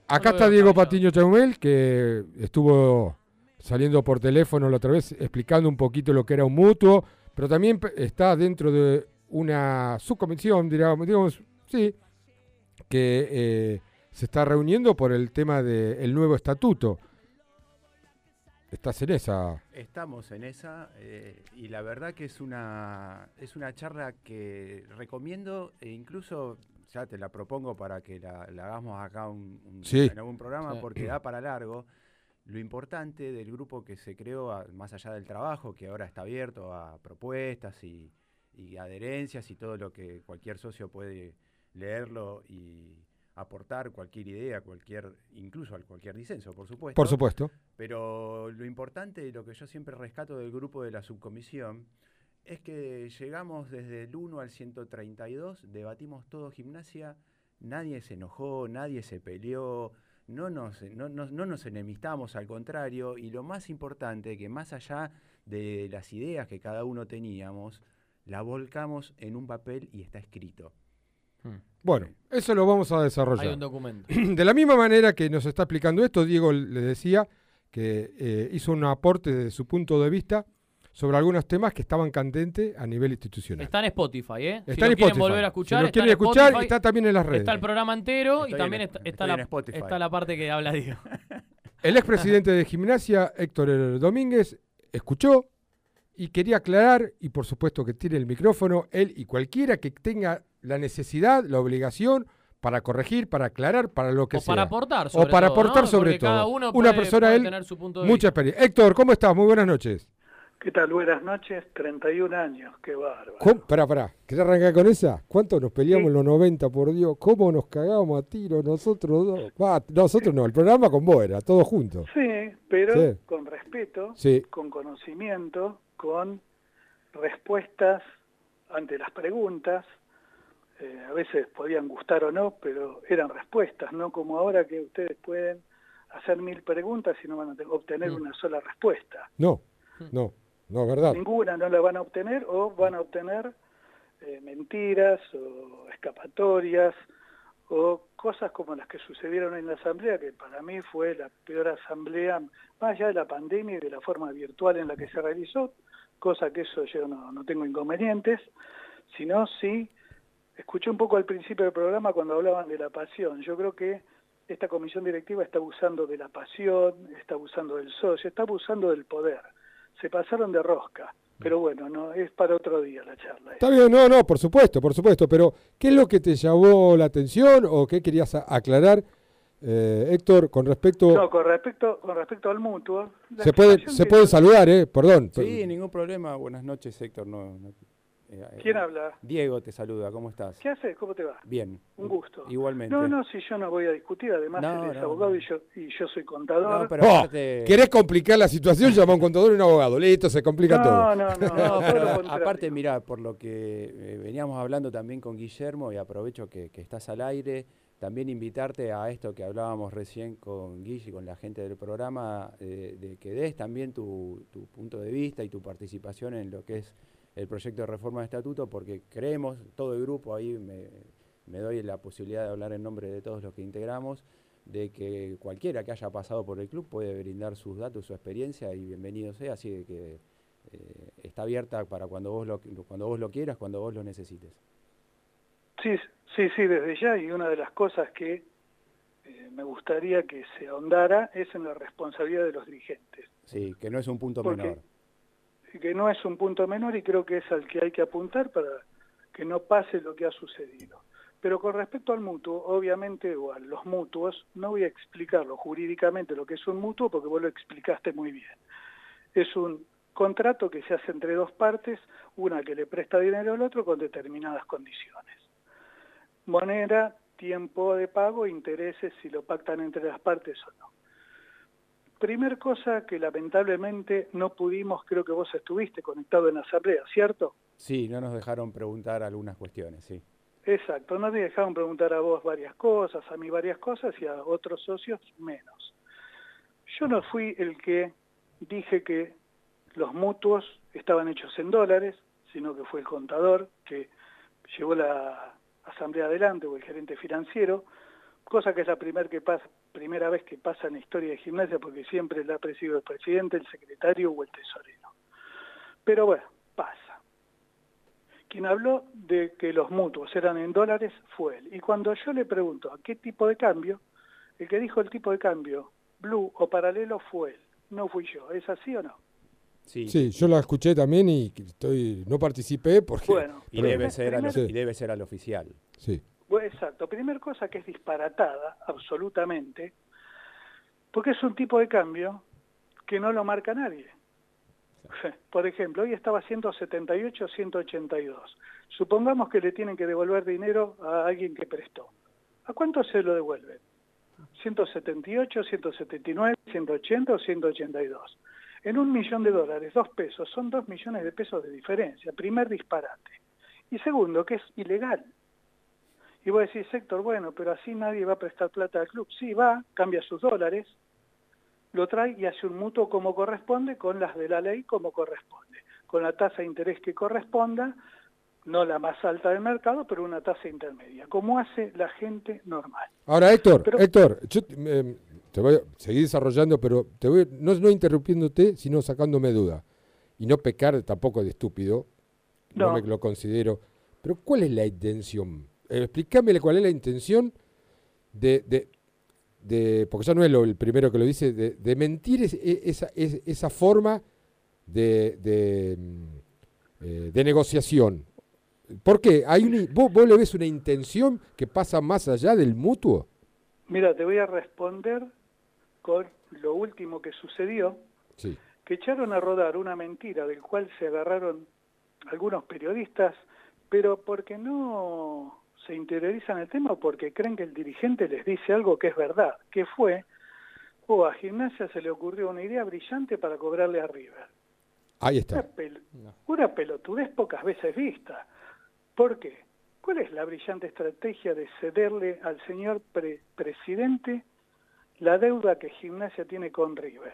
Acá lo está veo Diego extrañado. Patiño Chaumel, que estuvo saliendo por teléfono la otra vez explicando un poquito lo que era un mutuo, pero también está dentro de una subcomisión, digamos sí, que se está reuniendo por el tema del nuevo estatuto. ¿Estás en esa? Estamos en esa y la verdad que es una charla que recomiendo e incluso ya te la propongo para que la hagamos acá Sí. en algún programa Sí. porque da para largo. Lo importante del grupo que se creó, más allá del trabajo, que ahora está abierto a propuestas y adherencias y todo lo que cualquier socio puede leerlo y aportar cualquier idea, incluso cualquier disenso, por Por supuesto. supuesto. Pero lo importante y lo que yo siempre rescato del grupo de la subcomisión es que llegamos desde el 1 al 132, debatimos todo gimnasia, nadie se enojó, nadie se peleó, no nos enemistamos, al contrario, y lo más importante, que más allá de las ideas que cada uno teníamos, la volcamos en un papel y está escrito. Bueno, eso lo vamos a Hay desarrollar. un documento. De la misma manera que nos está explicando esto, Diego le decía que hizo un aporte de su punto de vista sobre algunos temas que estaban candentes a nivel institucional. Está en Spotify, ¿eh? Está Si en lo quieren Spotify. volver a escuchar, Si lo está quieren en escuchar, Spotify, está también en las redes. está el programa entero Estoy y también en- está estoy en Spotify. está la parte que habla Diego. El expresidente de Gimnasia, Héctor Domínguez, escuchó y quería aclarar, y por supuesto que tiene el micrófono, él y cualquiera que tenga la necesidad, la obligación, para corregir, para aclarar, para lo que O sea. para aportar sobre O para todo, aportar ¿no? sobre Porque cada todo. uno Una puede persona, él, tener su punto de mucha vista. experiencia. Héctor, ¿cómo estás? Muy buenas noches. ¿Qué tal? Buenas noches, 31 años, qué bárbaro. Pará. ¿Querés arrancar con esa? ¿Cuánto nos peleamos Sí. en los 90, por Dios? ¿Cómo nos cagábamos a tiro nosotros dos? Nosotros no, el programa con vos era, todos juntos. Sí, pero Sí. con respeto, Sí. con conocimiento, con respuestas ante las preguntas. A veces podían gustar o no, pero eran respuestas, no como ahora que ustedes pueden hacer 1000 preguntas y no van a obtener una sola respuesta. No, verdad. Ninguna no la van a obtener o van a obtener mentiras o escapatorias o cosas como las que sucedieron en la asamblea, que para mí fue la peor asamblea, más allá de la pandemia y de la forma virtual en la que se realizó, cosa que eso yo no tengo inconvenientes, sino sí, escuché un poco al principio del programa cuando hablaban de la pasión. Yo creo que esta comisión directiva está abusando de la pasión, está abusando del socio, está abusando del poder. Se pasaron de rosca. Pero bueno, no es para otro día la charla. Está bien, no, por supuesto, pero ¿qué es lo que te llamó la atención o qué querías aclarar, Héctor, con respecto... No, con respecto al mutuo... Se puede saludar, perdón. Sí, ningún problema. Buenas noches, Héctor. ¿Quién habla? Diego te saluda, ¿cómo estás? ¿Qué haces? ¿Cómo te va? Bien. Un gusto. Igualmente. No, si yo no voy a discutir, además él es abogado. Y yo soy contador. No, pero aparte... ¿Querés complicar la situación? Llama a un contador y un abogado. Listo, se complica todo. No, pero aparte, mirá, por lo que veníamos hablando también con Guillermo, y aprovecho que estás al aire, también invitarte a esto que hablábamos recién con Guille y con la gente del programa, de que des también tu punto de vista y tu participación en lo que es el proyecto de reforma de estatuto, porque creemos, todo el grupo ahí, me doy la posibilidad de hablar en nombre de todos los que integramos, de que cualquiera que haya pasado por el club puede brindar sus datos, su experiencia, y bienvenido sea, así de que está abierta para cuando vos lo quieras, cuando vos lo necesites. Sí, desde ya, y una de las cosas que me gustaría que se ahondara es en la responsabilidad de los dirigentes. Sí, que no es un punto menor. Que no es un punto menor y creo que es al que hay que apuntar para que no pase lo que ha sucedido. Pero con respecto al mutuo, obviamente, o a los mutuos, no voy a explicarlo jurídicamente lo que es un mutuo porque vos lo explicaste muy bien. Es un contrato que se hace entre dos partes, una que le presta dinero al otro con determinadas condiciones. Moneda, tiempo de pago, intereses, si lo pactan entre las partes o no. Primer cosa que lamentablemente no pudimos, creo que vos estuviste conectado en la asamblea, ¿cierto? Sí, no nos dejaron preguntar algunas cuestiones, sí. Exacto, no te dejaron preguntar a vos varias cosas, a mí varias cosas y a otros socios menos. Yo no fui el que dije que los mutuos estaban hechos en dólares, sino que fue el contador que llevó la asamblea adelante o el gerente financiero, cosa que es la primera vez que pasa en la historia de Gimnasia, porque siempre la ha presidido el presidente, el secretario o el tesorero. Pero bueno, pasa. Quien habló de que los mutuos eran en dólares fue él. Y cuando yo le pregunto a qué tipo de cambio, el que dijo el tipo de cambio, blue o paralelo, fue él. No fui yo. ¿Es así o no? Sí, Sí, yo la escuché también y no participé porque... Bueno, y debe ser al oficial. Sí. Bueno, exacto. Primer cosa que es disparatada, absolutamente, porque es un tipo de cambio que no lo marca nadie. Por ejemplo, hoy estaba 178, 182. Supongamos que le tienen que devolver dinero a alguien que prestó. ¿A cuánto se lo devuelven? 178, 179, 180 o 182. En $1.000.000, 2 pesos, son 2 millones de pesos de diferencia. Primer disparate. Y segundo, que es ilegal. Y vos decís, Héctor, bueno, pero así nadie va a prestar plata al club. Sí, va, cambia sus dólares, lo trae y hace un mutuo como corresponde, con las de la ley como corresponde, con la tasa de interés que corresponda, no la más alta del mercado, pero una tasa intermedia, como hace la gente normal. Ahora, Héctor, yo te voy a seguir desarrollando, pero no interrumpiéndote, sino sacándome duda. Y no pecar tampoco de estúpido, no me lo considero. Pero ¿cuál es la intención? Explícame cuál es la intención porque ya no es el primero que lo dice, de mentir esa forma de negociación. ¿Por qué? ¿Vos le ves una intención que pasa más allá del mutuo? Mira, te voy a responder con lo último que sucedió, sí. Que echaron a rodar una mentira del cual se agarraron algunos periodistas, pero porque no se interiorizan el tema, porque creen que el dirigente les dice algo que es verdad, que fue, a Gimnasia se le ocurrió una idea brillante para cobrarle a River. Ahí está. Una pelotudez pocas veces vista. ¿Por qué? ¿Cuál es la brillante estrategia de cederle al señor presidente la deuda que Gimnasia tiene con River?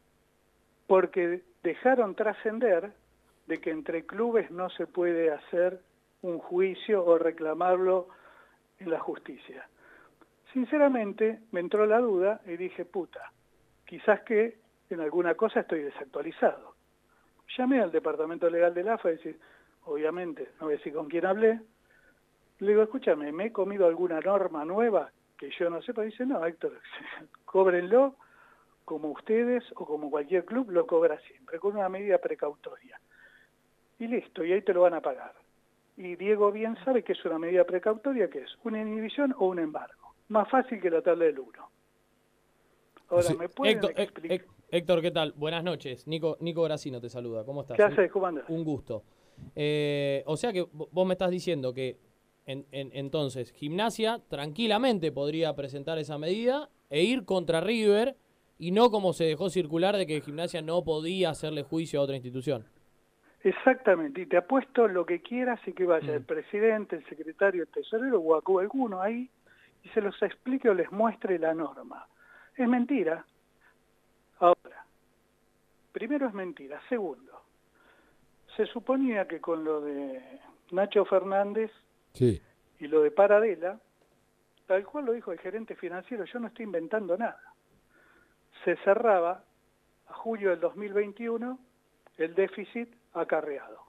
Porque dejaron trascender de que entre clubes no se puede hacer un juicio o reclamarlo en la justicia. Sinceramente, me entró la duda y dije, quizás que en alguna cosa estoy desactualizado. Llamé al departamento legal del AFA y decir, obviamente, no voy a decir con quién hablé, le digo, escúchame, ¿me he comido alguna norma nueva que yo no sepa? Dice, no, Héctor, cóbrenlo como ustedes o como cualquier club lo cobra siempre, con una medida precautoria. Y listo, y ahí te lo van a pagar. Y Diego bien sabe que es una medida precautoria, que es una inhibición o un embargo. Más fácil que la tabla del 1. Ahora, sí. ¿me pueden explicar? Héctor, ¿qué tal? Buenas noches. Nico Gracino te saluda. ¿Cómo estás? ¿Qué haces? ¿Cómo andas? Un gusto. O sea que vos me estás diciendo que entonces Gimnasia tranquilamente podría presentar esa medida e ir contra River y no como se dejó circular de que Gimnasia no podía hacerle juicio a otra institución. Exactamente, y te apuesto lo que quieras y que vaya el presidente, el secretario, el tesorero o alguno ahí y se los explique o les muestre la norma. Es mentira. Ahora, primero es mentira. Segundo, se suponía que con lo de Nacho Fernández sí. y lo de Paradela, tal cual lo dijo el gerente financiero, yo no estoy inventando nada. Se cerraba a julio del 2021 el déficit acarreado.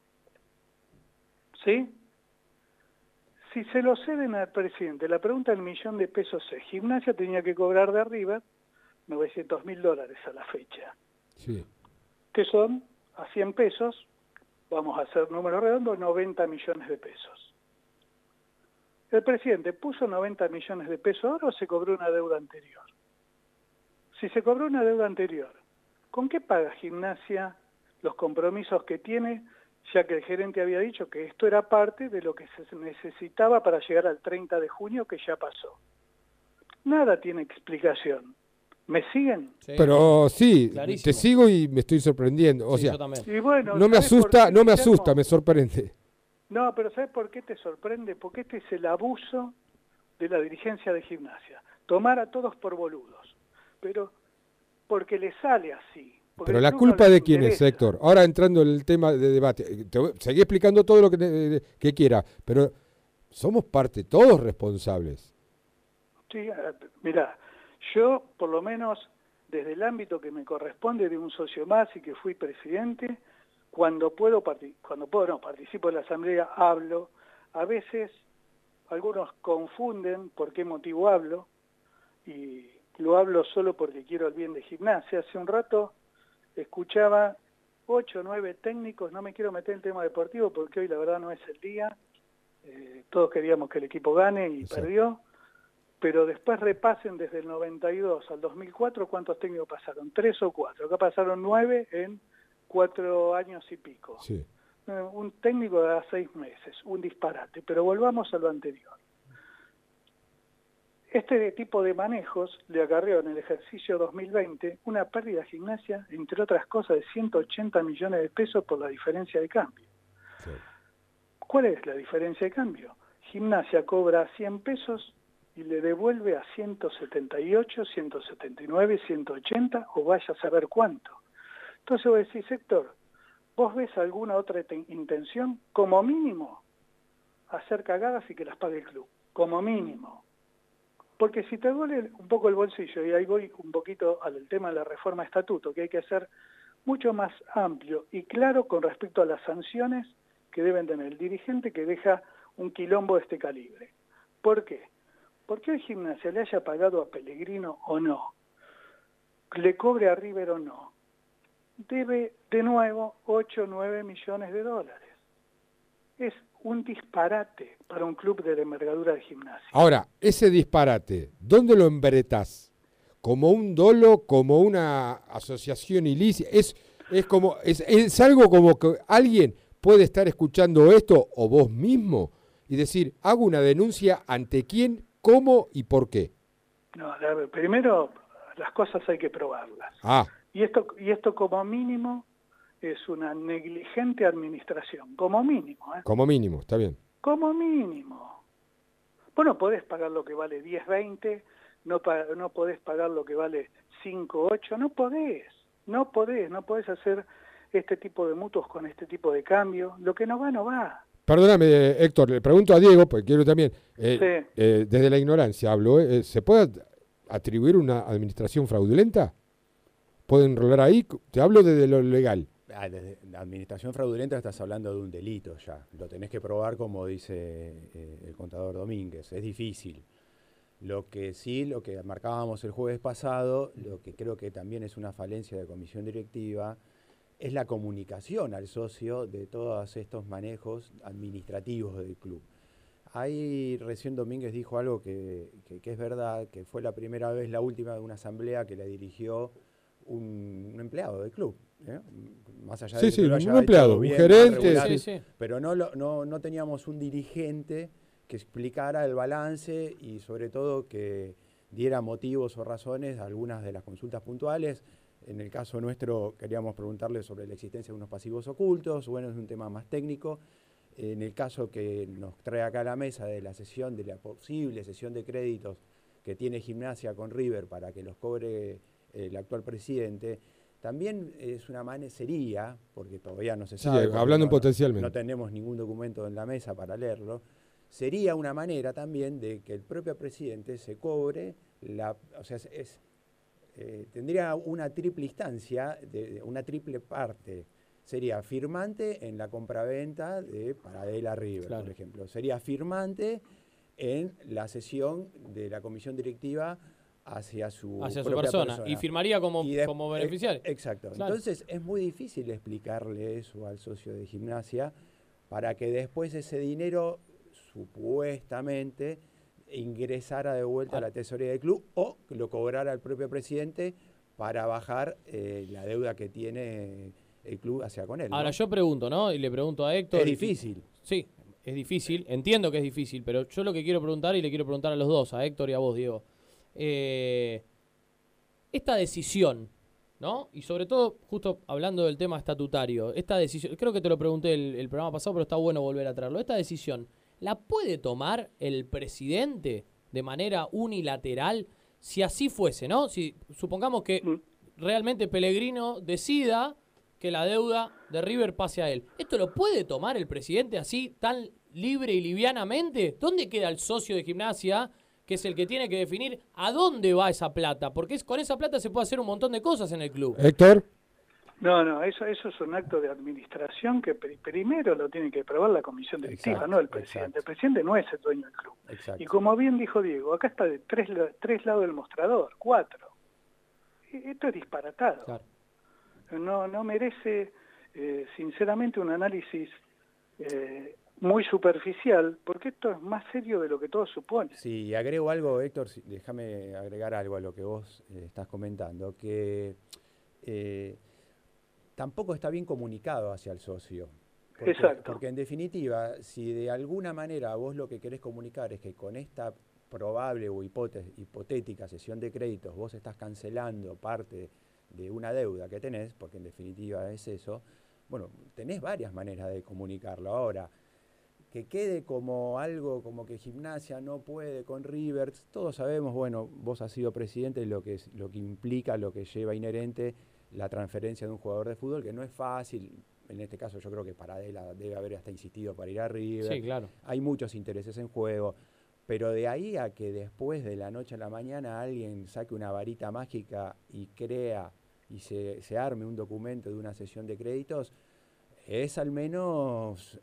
¿Sí? Si se lo ceden al presidente, la pregunta del $1.000.000 es, Gimnasia tenía que cobrar de River $900.000 a la fecha. Sí. Que son, a 100 pesos, vamos a hacer números redondos, 90 millones de pesos. El presidente puso 90 millones de pesos ahora o se cobró una deuda anterior. Si se cobró una deuda anterior, ¿con qué paga Gimnasia los compromisos que tiene, ya que el gerente había dicho que esto era parte de lo que se necesitaba para llegar al 30 de junio, que ya pasó? Nada tiene explicación. ¿Me siguen? Sí, pero sí, clarísimo. Te sigo y me estoy sorprendiendo. O sea, yo también. Y bueno, no me asusta, me sorprende. No, pero ¿sabes por qué te sorprende? Porque este es el abuso de la dirigencia de Gimnasia. Tomar a todos por boludos. Pero porque le sale así. Pero la culpa de quién es, Héctor. Ahora entrando en el tema de debate, seguí explicando todo lo que quiera, pero somos parte, todos responsables. Sí, mirá, yo por lo menos desde el ámbito que me corresponde de un socio más y que fui presidente, cuando participo en la asamblea, hablo. A veces algunos confunden por qué motivo hablo y lo hablo solo porque quiero el bien de Gimnasia. Hace un rato escuchaba 8 o 9 técnicos, no me quiero meter en el tema deportivo porque hoy la verdad no es el día, todos queríamos que el equipo gane y perdió, pero después repasen desde el 92 al 2004 cuántos técnicos pasaron, 3 o 4, acá pasaron 9 en 4 años y pico. Sí. Un técnico de 6 meses, un disparate, pero volvamos a lo anterior. Este tipo de manejos le acarreó en el ejercicio 2020 una pérdida a Gimnasia, entre otras cosas, de 180 millones de pesos por la diferencia de cambio. Sí. ¿Cuál es la diferencia de cambio? Gimnasia cobra 100 pesos y le devuelve a 178, 179, 180 o vaya a saber cuánto. Entonces vos decís, Héctor, ¿vos ves alguna otra intención? Como mínimo, hacer cagadas y que las pague el club. Como mínimo. Porque si te duele un poco el bolsillo, y ahí voy un poquito al tema de la reforma de estatuto, que hay que ser mucho más amplio y claro con respecto a las sanciones que deben tener el dirigente que deja un quilombo de este calibre. ¿Por qué? Porque hoy Gimnasia le haya pagado a Pellegrino o no, le cobre a River o no, debe de nuevo 8 o 9 millones de dólares. Es un disparate para un club de la envergadura de Gimnasia. Ahora, ese disparate, ¿dónde lo embretás? ¿Como un dolo, como una asociación ilícita? ¿Es algo como que alguien puede estar escuchando esto o vos mismo y decir, hago una denuncia ante quién, cómo y por qué? No, primero las cosas hay que probarlas. Y esto como mínimo es una negligente administración, como mínimo. Como mínimo, está bien. Como mínimo. Vos no podés pagar lo que vale 10, 20, no podés pagar lo que vale 5, 8, no podés hacer este tipo de mutuos con este tipo de cambio. Lo que no va, no va. Perdóname, Héctor, le pregunto a Diego, porque quiero también, desde la ignorancia hablo, ¿se puede atribuir una administración fraudulenta? ¿Pueden enrolar ahí? Te hablo desde lo legal. Desde la administración fraudulenta estás hablando de un delito ya. Lo tenés que probar como dice el contador Domínguez. Es difícil. Lo que marcábamos el jueves pasado, lo que creo que también es una falencia de comisión directiva, es la comunicación al socio de todos estos manejos administrativos del club. Ahí recién Domínguez dijo algo que es verdad, que fue la primera vez, la última de una asamblea que la dirigió un empleado del club. Más allá de que lo haya un empleado, bien, un gerente. Pero no teníamos un dirigente que explicara el balance y sobre todo que diera motivos o razones a algunas de las consultas puntuales. En el caso nuestro queríamos preguntarle sobre la existencia de unos pasivos ocultos, bueno, es un tema más técnico. En el caso que nos trae acá a la mesa de la posible sesión de créditos que tiene Gimnasia con River para que los cobre el actual presidente, también es una sería, porque todavía no se sabe. Sí, hablando potencialmente. No tenemos ningún documento en la mesa para leerlo. Sería una manera también de que el propio presidente se cobre, tendría una triple instancia, una triple parte. Sería firmante en la compraventa de Paradela River, por ejemplo. Sería firmante en la cesión de la comisión directiva hacia su persona. Y firmaría como beneficiario. Exacto. Claro. Entonces es muy difícil explicarle eso al socio de Gimnasia para que después ese dinero supuestamente ingresara de vuelta a la tesorería del club o lo cobrara el propio presidente para bajar la deuda que tiene el club hacia con él. Ahora yo pregunto, ¿no? Y le pregunto a Héctor. Es difícil. Sí, es difícil. Entiendo que es difícil, pero yo lo que quiero preguntar, y le quiero preguntar a los dos, a Héctor y a vos, Diego. Esta decisión, ¿no? Y sobre todo, justo hablando del tema estatutario, esta decisión, creo que te lo pregunté el programa pasado, pero está bueno volver a traerlo. Esta decisión, ¿la puede tomar el presidente de manera unilateral? Si así fuese, ¿no? Si supongamos que realmente Pellegrino decida que la deuda de River pase a él. ¿Esto lo puede tomar el presidente así, tan libre y livianamente? ¿Dónde queda el socio de Gimnasia que es el que tiene que definir a dónde va esa plata, porque con esa plata se puede hacer un montón de cosas en el club. Héctor. No, eso es un acto de administración que primero lo tiene que aprobar la comisión directiva, Exacto, no el presidente. exacto. El presidente no es el dueño del club. Exacto. Y como bien dijo Diego, acá está de tres lados del mostrador, 4. Esto es disparatado. Claro. No merece, sinceramente, un análisis muy superficial, porque esto es más serio de lo que todos suponen. Sí, y agrego algo, Héctor, déjame agregar algo a lo que vos estás comentando, que tampoco está bien comunicado hacia el socio. Exacto. Porque en definitiva, si de alguna manera vos lo que querés comunicar es que con esta probable o hipotética cesión de créditos vos estás cancelando parte de una deuda que tenés, porque en definitiva es eso, bueno, tenés varias maneras de comunicarlo. Ahora, que quede como algo como que Gimnasia no puede con River, todos sabemos, bueno, vos has sido presidente, lo que implica, lo que lleva inherente la transferencia de un jugador de fútbol, que no es fácil. En este caso yo creo que Paradela debe haber hasta insistido para ir a River. Sí, claro. Hay muchos intereses en juego, pero de ahí a que después de la noche a la mañana alguien saque una varita mágica y crea y se arme un documento de una cesión de créditos, es al menos,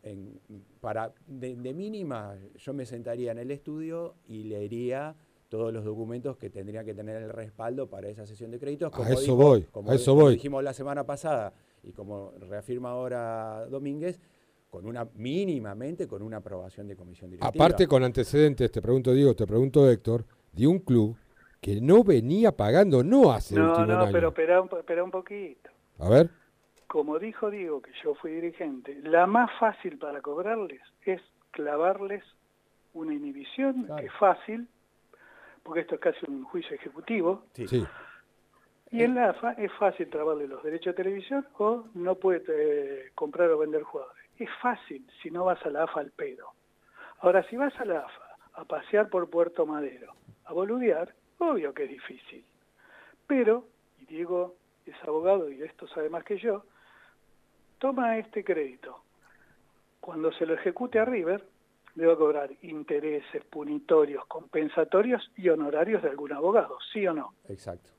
de mínima, yo me sentaría en el estudio y leería todos los documentos que tendrían que tener el respaldo para esa cesión de créditos. A eso voy. Dijimos la semana pasada y como reafirma ahora Domínguez, mínimamente con una aprobación de comisión directiva. Aparte con antecedentes, te pregunto Diego, te pregunto Héctor, de un club que no venía pagando, no hace el último año. Pero espera un poquito. A ver. Como dijo Diego, que yo fui dirigente, la más fácil para cobrarles es clavarles una inhibición, Claro. que es fácil, porque esto es casi un juicio ejecutivo. Sí. Y en la AFA es fácil trabarle los derechos de televisión o no puede comprar o vender jugadores. Es fácil si no vas a la AFA al pedo. Ahora, si vas a la AFA a pasear por Puerto Madero, a boludear, obvio que es difícil. Pero, y Diego es abogado y de esto sabe más que yo, toma este crédito. Cuando se lo ejecute a River, le va a cobrar intereses, punitorios, compensatorios y honorarios de algún abogado, ¿sí o no? Exacto.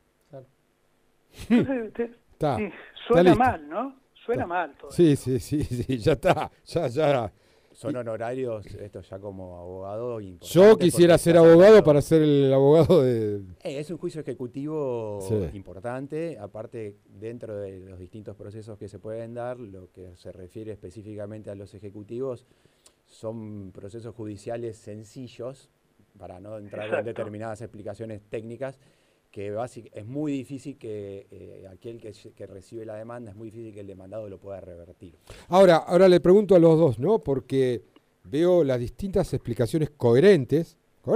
Entonces, Está suena listo. mal, ¿no? Suena mal todo. Sí, ya está. Ya. Son honorarios, esto ya como abogado importante. Yo quisiera porque ser estás abogado hablando- para ser el abogado de... Es un juicio ejecutivo Sí. importante, aparte dentro de los distintos procesos que se pueden dar, lo que se refiere específicamente a los ejecutivos son procesos judiciales sencillos, para no entrar en Exacto. determinadas explicaciones técnicas, que es muy difícil que aquel que recibe la demanda, es muy difícil que el demandado lo pueda revertir. Ahora le pregunto a los dos, ¿no? Porque veo las distintas explicaciones coherentes.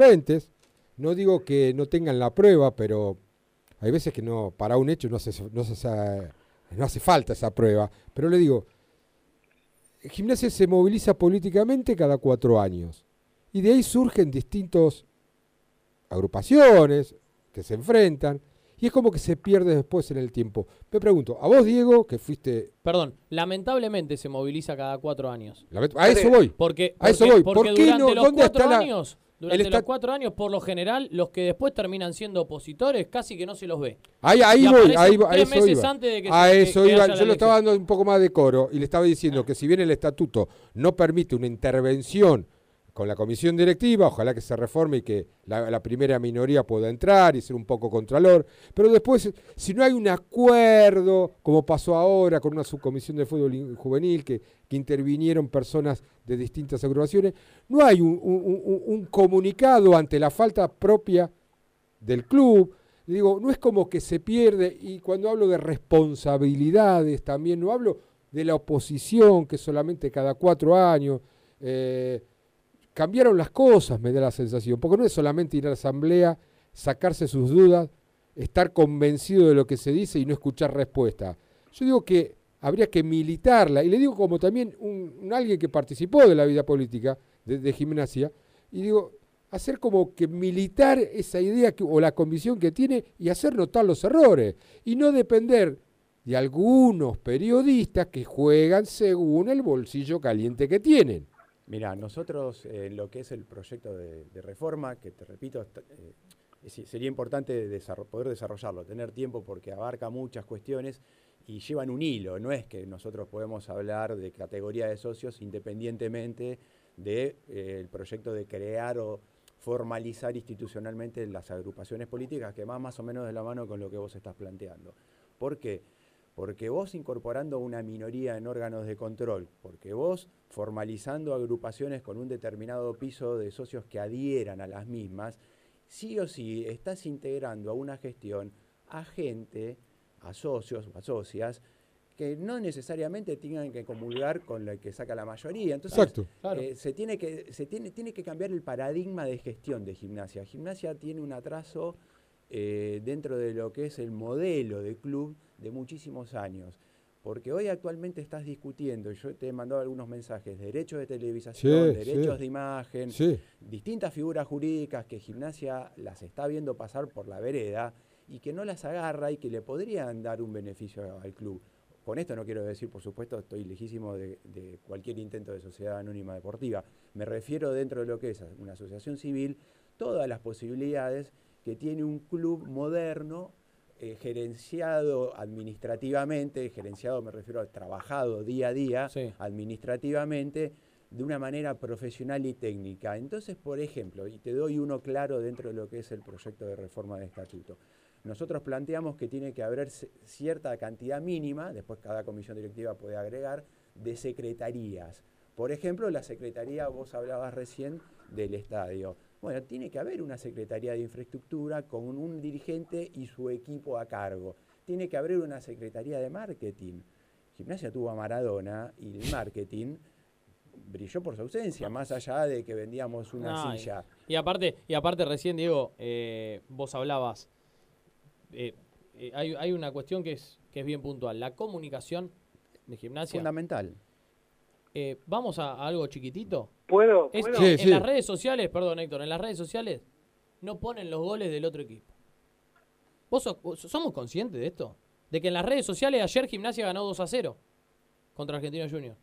No digo que no tengan la prueba, pero hay veces que no, para un hecho no hace falta esa prueba. Pero le digo, Gimnasia se moviliza políticamente cada 4 años. Y de ahí surgen distintas agrupaciones que se enfrentan. Y es como que se pierde después en el tiempo. Me pregunto, a vos, Diego, que fuiste... Perdón, lamentablemente se moviliza cada 4 años. A eso voy. Porque A eso voy. porque ¿Por qué durante no? los ¿Dónde 4 está la- años, durante el los esta- 4 años, por lo general, los que después terminan siendo opositores, casi que no se los ve. Ahí Y voy, aparecen a 3 eso meses iba. antes de que A se- eso que iba. haya la Yo lo estaba elección. dando un poco más de coro y le estaba diciendo que si bien el estatuto no permite una intervención con la comisión directiva, ojalá que se reforme y que la primera minoría pueda entrar y ser un poco contralor, pero después, si no hay un acuerdo, como pasó ahora con una subcomisión de fútbol juvenil, que intervinieron personas de distintas agrupaciones, no hay un comunicado ante la falta propia del club. Digo, no es como que se pierde, y cuando hablo de responsabilidades también, no hablo de la oposición, que solamente cada 4 años, cambiaron las cosas, me da la sensación, porque no es solamente ir a la asamblea, sacarse sus dudas, estar convencido de lo que se dice y no escuchar respuesta. Yo digo que habría que militarla, y le digo como también alguien que participó de la vida política de Gimnasia, y digo, hacer como que militar esa idea o la convicción que tiene y hacer notar los errores, y no depender de algunos periodistas que juegan según el bolsillo caliente que tienen. Mirá, nosotros en lo que es el proyecto de reforma, que te repito, sería importante poder desarrollarlo, tener tiempo porque abarca muchas cuestiones y llevan un hilo. No es que nosotros podemos hablar de categoría de socios independientemente del proyecto de crear o formalizar institucionalmente las agrupaciones políticas, que va más o menos de la mano con lo que vos estás planteando. ¿Por qué? Porque vos incorporando una minoría en órganos de control, porque vos formalizando agrupaciones con un determinado piso de socios que adhieran a las mismas, sí o sí estás integrando a una gestión a gente, a socios o a socias, que no necesariamente tengan que comulgar con lo que saca la mayoría. Entonces, exacto, claro. tiene que cambiar el paradigma de gestión de Gimnasia. Gimnasia tiene un atraso dentro de lo que es el modelo de club de muchísimos años. Porque hoy actualmente estás discutiendo, y yo te he mandado algunos mensajes, derechos de televisación, derechos de imagen, distintas figuras jurídicas que Gimnasia las está viendo pasar por la vereda y que no las agarra y que le podrían dar un beneficio al club. Con esto no quiero decir, por supuesto, estoy lejísimo de cualquier intento de sociedad anónima deportiva. Me refiero dentro de lo que es una asociación civil, todas las posibilidades que tiene un club moderno, gerenciado administrativamente, gerenciado me refiero a trabajado día a día, administrativamente, de una manera profesional y técnica. Entonces, por ejemplo, y te doy uno claro dentro de lo que es el proyecto de reforma de estatuto. Nosotros planteamos que tiene que haber cierta cantidad mínima, después cada comisión directiva puede agregar, de secretarías. Por ejemplo, la secretaría, vos hablabas recién del estadio. Bueno, tiene que haber una secretaría de infraestructura con un dirigente y su equipo a cargo. Tiene que haber una secretaría de marketing. Gimnasia tuvo a Maradona y el marketing brilló por su ausencia, más allá de que vendíamos una silla. Y aparte recién, Diego, vos hablabas, hay una cuestión que es bien puntual. La comunicación de Gimnasia. Fundamental. Vamos a algo chiquitito. ¿Puedo? En las redes sociales, perdón Héctor, en las redes sociales no ponen los goles del otro equipo. ¿Somos conscientes de esto? De que en las redes sociales ayer Gimnasia ganó 2-0 contra Argentinos Juniors.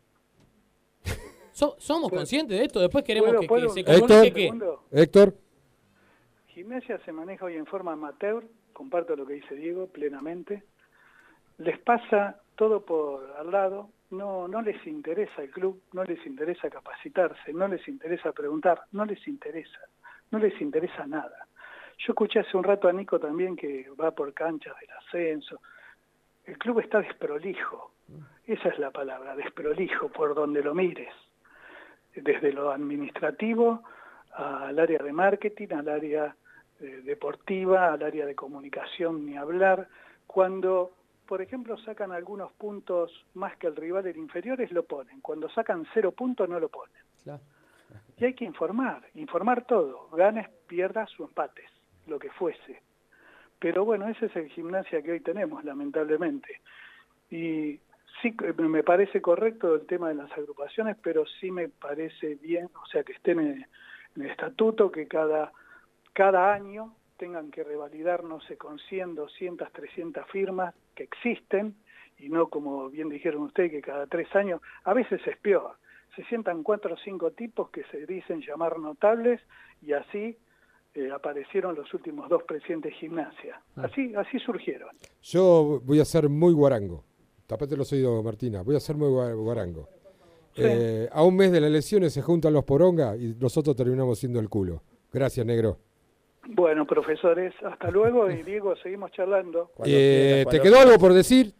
¿Somos conscientes de esto? Después queremos que se comunique que... Héctor. Gimnasia se maneja hoy en forma amateur, comparto lo que dice Diego plenamente. Les pasa todo por al lado. No les interesa el club, no les interesa capacitarse, no les interesa preguntar, no les interesa nada. Yo escuché hace un rato a Nico también que va por canchas del ascenso. El club está desprolijo, esa es la palabra, desprolijo, por donde lo mires. Desde lo administrativo al área de marketing, al área deportiva, al área de comunicación, ni hablar. Cuando, por ejemplo, sacan algunos puntos más que el rival en inferiores, lo ponen. Cuando sacan 0 puntos, no lo ponen. Claro. Y hay que informar todo. Ganes, pierdas o empates, lo que fuese. Pero bueno, ese es el Gimnasia que hoy tenemos, lamentablemente. Y sí, me parece correcto el tema de las agrupaciones, pero sí me parece bien, o sea, que estén en el estatuto, que cada año tengan que revalidar, no sé, con 100, 200, 300 firmas que existen, y no como bien dijeron ustedes, que cada 3 años, a veces es peor, se sientan 4 o 5 tipos que se dicen llamar notables, y así aparecieron los últimos 2 presidentes de Gimnasia. Así surgieron. Yo voy a ser muy guarango. Tapate los oídos, Martina. Voy a ser muy guarango. Sí. A un mes de las elecciones se juntan los poronga y nosotros terminamos siendo el culo. Gracias, negro. Bueno, profesores, hasta luego y Diego, seguimos charlando. ¿Te quedó algo por decir?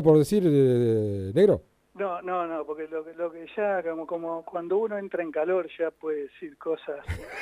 Negro? No, porque lo que ya, como cuando uno entra en calor ya puede decir cosas.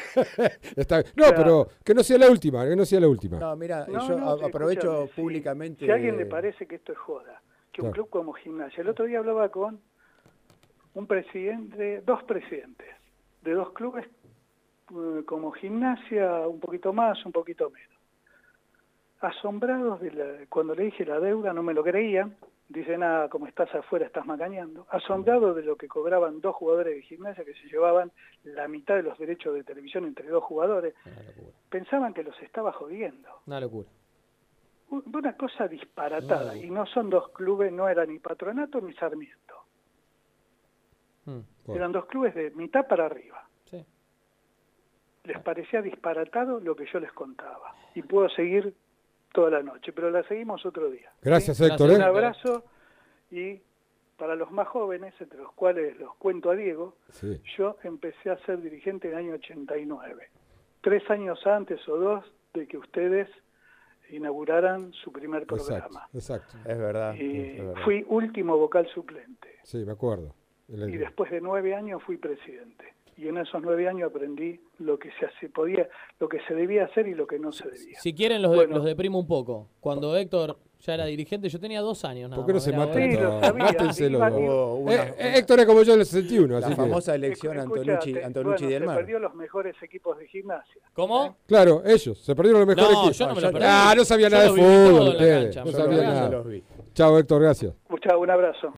Pero que no sea la última, No, mira, yo aprovecho públicamente. Si a alguien le parece que esto es joda, que un club como Gimnasia, el otro día hablaba con dos presidentes de 2 clubes como Gimnasia, un poquito más, un poquito menos. Asombrados cuando le dije la deuda, no me lo creían. Dicen, como estás afuera, estás macaneando. Asombrados de lo que cobraban 2 jugadores de Gimnasia, que se llevaban la mitad de los derechos de televisión entre 2 jugadores. Pensaban que los estaba jodiendo. Una locura. Una cosa disparatada. Y no son 2 clubes, no era ni Patronato ni Sarmiento. mejor. Eran 2 clubes de mitad para arriba. Sí. Les parecía disparatado lo que yo les contaba. Y puedo seguir toda la noche, pero la seguimos otro día. Gracias, ¿sí? Héctor. Un abrazo, y para los más jóvenes, entre los cuales los cuento a Diego, Sí. yo empecé a ser dirigente en el año 89, 3 años antes o 2 de que ustedes inauguraran su primer programa. Exacto. Es verdad. Y es verdad. fui último vocal suplente. Sí, me acuerdo. Y después de 9 años fui presidente. Y en esos 9 años aprendí lo que se podía, lo que se debía hacer y lo que no se debía. Si quieren los deprimo un poco. Cuando Héctor ya era dirigente, yo tenía 2 años nada ¿Por qué no más, se era matan Sí, adolescente. lo todos? sabía, Mátense los iba- dos. Hubo una- Héctor es como yo en el 61, la así que... famosa elección Antonucci bueno, del se Mar. perdió los mejores equipos de gimnasia. ¿Cómo? Claro, ellos, se perdieron los mejores No, equipos. yo no me lo perdí. Ah, no sabía Yo nada de lo viví todo fútbol en la ustedes. cancha. No Yo sabía Yo nada. los vi. Chao, Héctor, gracias. Chao, un abrazo.